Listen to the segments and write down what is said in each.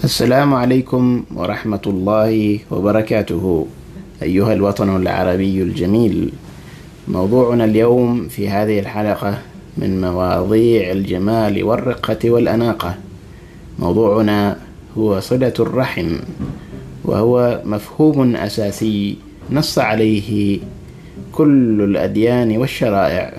السلام عليكم ورحمة الله وبركاته، أيها الوطن العربي الجميل. موضوعنا اليوم في هذه الحلقة من مواضيع الجمال والرقة والأناقة. موضوعنا هو صلة الرحم، وهو مفهوم أساسي نص عليه كل الأديان والشرائع،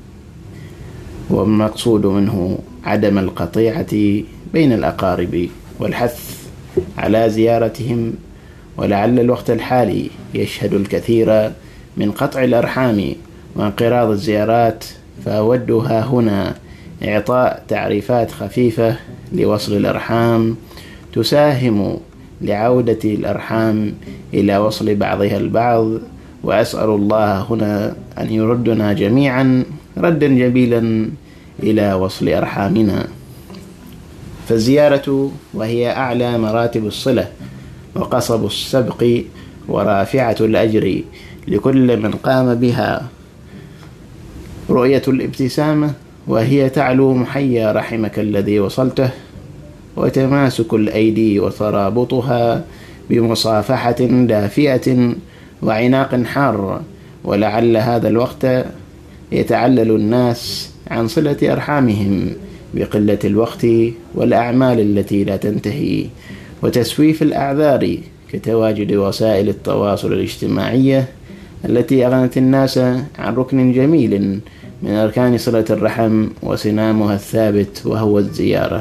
والمقصود منه عدم القطيعة بين الأقارب والحث على زيارتهم. ولعل الوقت الحالي يشهد الكثير من قطع الأرحام وانقراض الزيارات، فأودها هنا إعطاء تعريفات خفيفة لوصل الأرحام تساهم لعودة الأرحام إلى وصل بعضها البعض، وأسأل الله هنا أن يردنا جميعا ردا جميلا إلى وصل أرحامنا. فالزيارة وهي أعلى مراتب الصلة وقصب السبق ورافعة الأجر لكل من قام بها. رؤية الابتسامة وهي تعلو محيا رحمك الذي وصلته، وتماسك الأيدي وترابطها بمصافحة دافئة وعناق حار. ولعل هذا الوقت يتعلل الناس عن صلة أرحامهم بقلة الوقت والأعمال التي لا تنتهي، وتسويف الأعذار كتواجد وسائل التواصل الاجتماعية التي أغنت الناس عن ركن جميل من أركان صلة الرحم وسنامها الثابت، وهو الزيارة.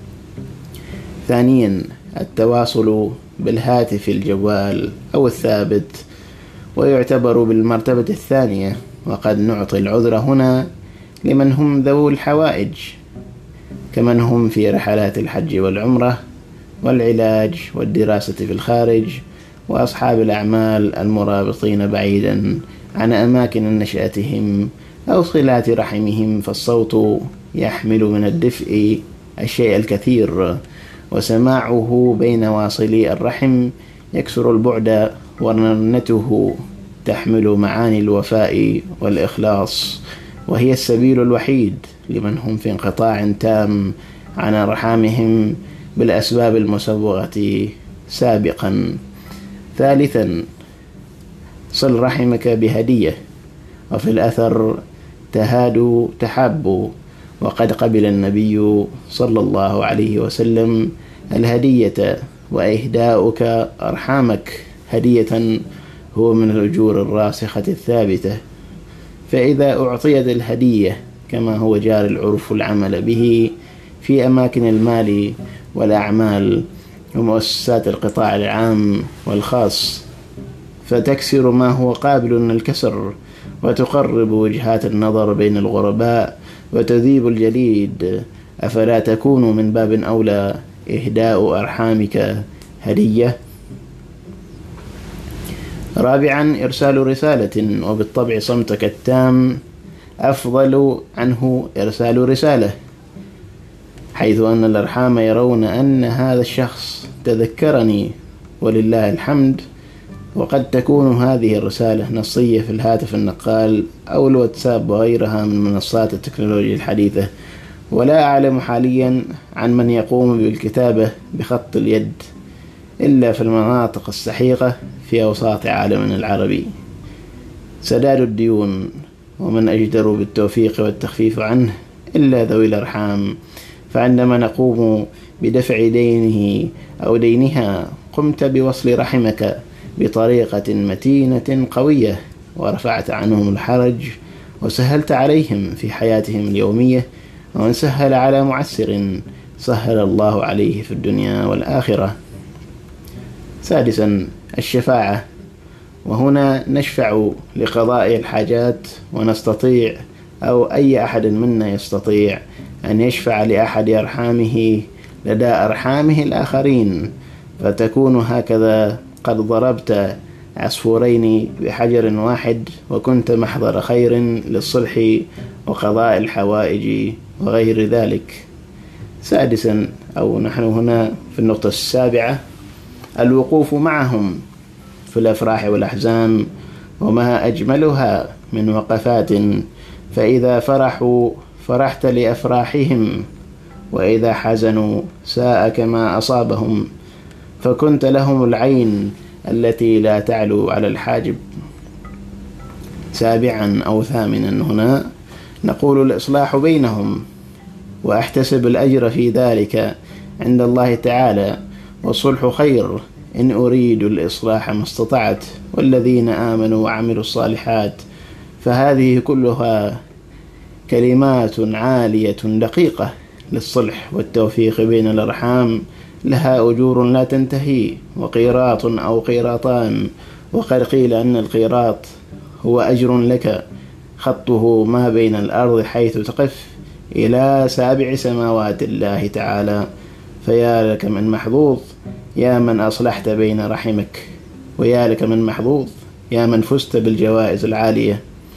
ثانيا، التواصل بالهاتف الجوال أو الثابت، ويعتبر بالمرتبة الثانية، وقد نعطي العذر هنا لمن هم ذو الحوائج، كمن هم في رحلات الحج والعمرة والعلاج والدراسة في الخارج، وأصحاب الأعمال المرابطين بعيدا عن أماكن نشأتهم أو صلات رحمهم. فالصوت يحمل من الدفء الشيء الكثير، وسماعه بين واصلي الرحم يكسر البعد، ورنته تحمل معاني الوفاء والإخلاص، وهي السبيل الوحيد لمن هم في انقطاع تام عن أرحامهم بالأسباب المسبقة سابقا. ثالثا، صل رحمك بهدية، وفي الأثر تهادوا تحابوا، وقد قبل النبي صلى الله عليه وسلم الهدية، وإهداؤك أرحامك هدية هو من الأجور الراسخة الثابتة. فإذا أعطيت الهدية كما هو جار العرف العمل به في أماكن المال والأعمال ومؤسسات القطاع العام والخاص، فتكسر ما هو قابل للكسر، وتقرب وجهات النظر بين الغرباء، وتذيب الجليد. أفلا تكون من باب أولى إهداء أرحامك هدية؟ رابعا، إرسال رسالة، وبالطبع صمتك التام أفضل عنه إرسال رسالة، حيث أن الأرحام يرون أن هذا الشخص تذكرني ولله الحمد. وقد تكون هذه الرسالة نصية في الهاتف النقال أو الواتساب وغيرها من منصات التكنولوجيا الحديثة، ولا أعلم حاليا عن من يقوم بالكتابة بخط اليد إلا في المناطق السحيقة في أوساط عالمنا العربي. سداد الديون، ومن أجدر بالتوفيق والتخفيف عنه إلا ذوي الأرحام. فعندما نقوم بدفع دينه أو دينها قمت بوصل رحمك بطريقة متينة قوية، ورفعت عنهم الحرج، وسهلت عليهم في حياتهم اليومية. ومن سهل على معسر سهل الله عليه في الدنيا والآخرة. سادسا، الشفاعة، وهنا نشفع لقضاء الحاجات، ونستطيع أو أي أحد منا يستطيع أن يشفع لأحد أرحامه لدى أرحامه الآخرين، فتكون هكذا قد ضربت عصفورين بحجر واحد، وكنت محضر خير للصلح وقضاء الحوائج وغير ذلك. سادسا، أو نحن هنا في النقطة السابعة، الوقوف معهم في الأفراح والأحزان، وما أجملها من وقفات. فإذا فرحوا فرحت لأفراحهم، وإذا حزنوا ساء كما أصابهم، فكنت لهم العين التي لا تعلو على الحاجب. 7 أو 8 هنا نقول الإصلاح بينهم، وأحتسب الأجر في ذلك عند الله تعالى، والصلح خير إن أريد الإصلاح ما استطعت، والذين آمنوا وعملوا الصالحات. فهذه كلها كلمات عالية دقيقة للصلح والتوفيق بين الأرحام، لها أجور لا تنتهي، وقيراط أو قيراطان. وقد قيل أن القيراط هو أجر لك خطه ما بين الأرض حيث تقف إلى 7 سماوات الله تعالى. فيا لك من محظوظ يا من أصلحت بين رحمك، ويا لك من محظوظ يا من فزت بالجوائز العالية.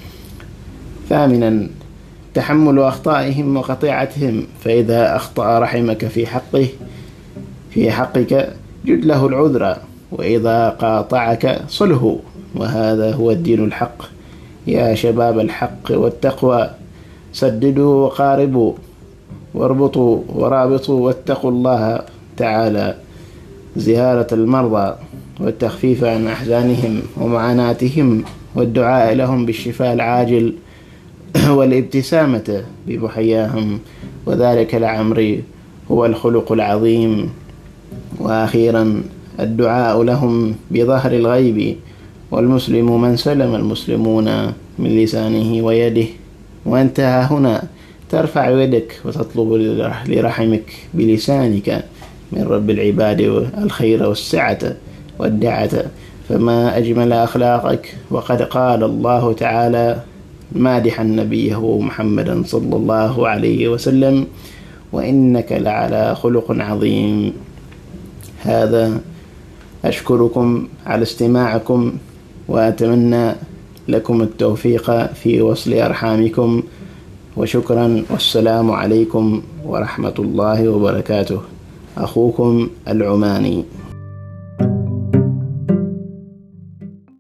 8 تحمل أخطائهم وقطيعتهم، فإذا أخطأ رحمك في حقك جد له العذر، وإذا قاطعك صله، وهذا هو الدين الحق. يا شباب الحق والتقوى سددوا وقاربوا، واربطوا ورابطوا، واتقوا الله تعالى زيارة المرضى والتخفيف عن أحزانهم ومعاناتهم، والدعاء لهم بالشفاء العاجل والابتسامة بمحياهم، وذلك لعمري هو الخلق العظيم. وأخيرا الدعاء لهم بظهر الغيب، والمسلم من سلم المسلمون من لسانه ويده. وانتهى هنا ترفع يدك وتطلب لرحمك بلسانك من رب العباد الخير والسعة والدعة، فما أجمل أخلاقك. وقد قال الله تعالى مادحا نبيه محمدا صلى الله عليه وسلم: وإنك لعلى خلق عظيم. هذا أشكركم على استماعكم، وأتمنى لكم التوفيق في وصل أرحامكم، وشكرا، والسلام عليكم ورحمة الله وبركاته. أخوكم العماني.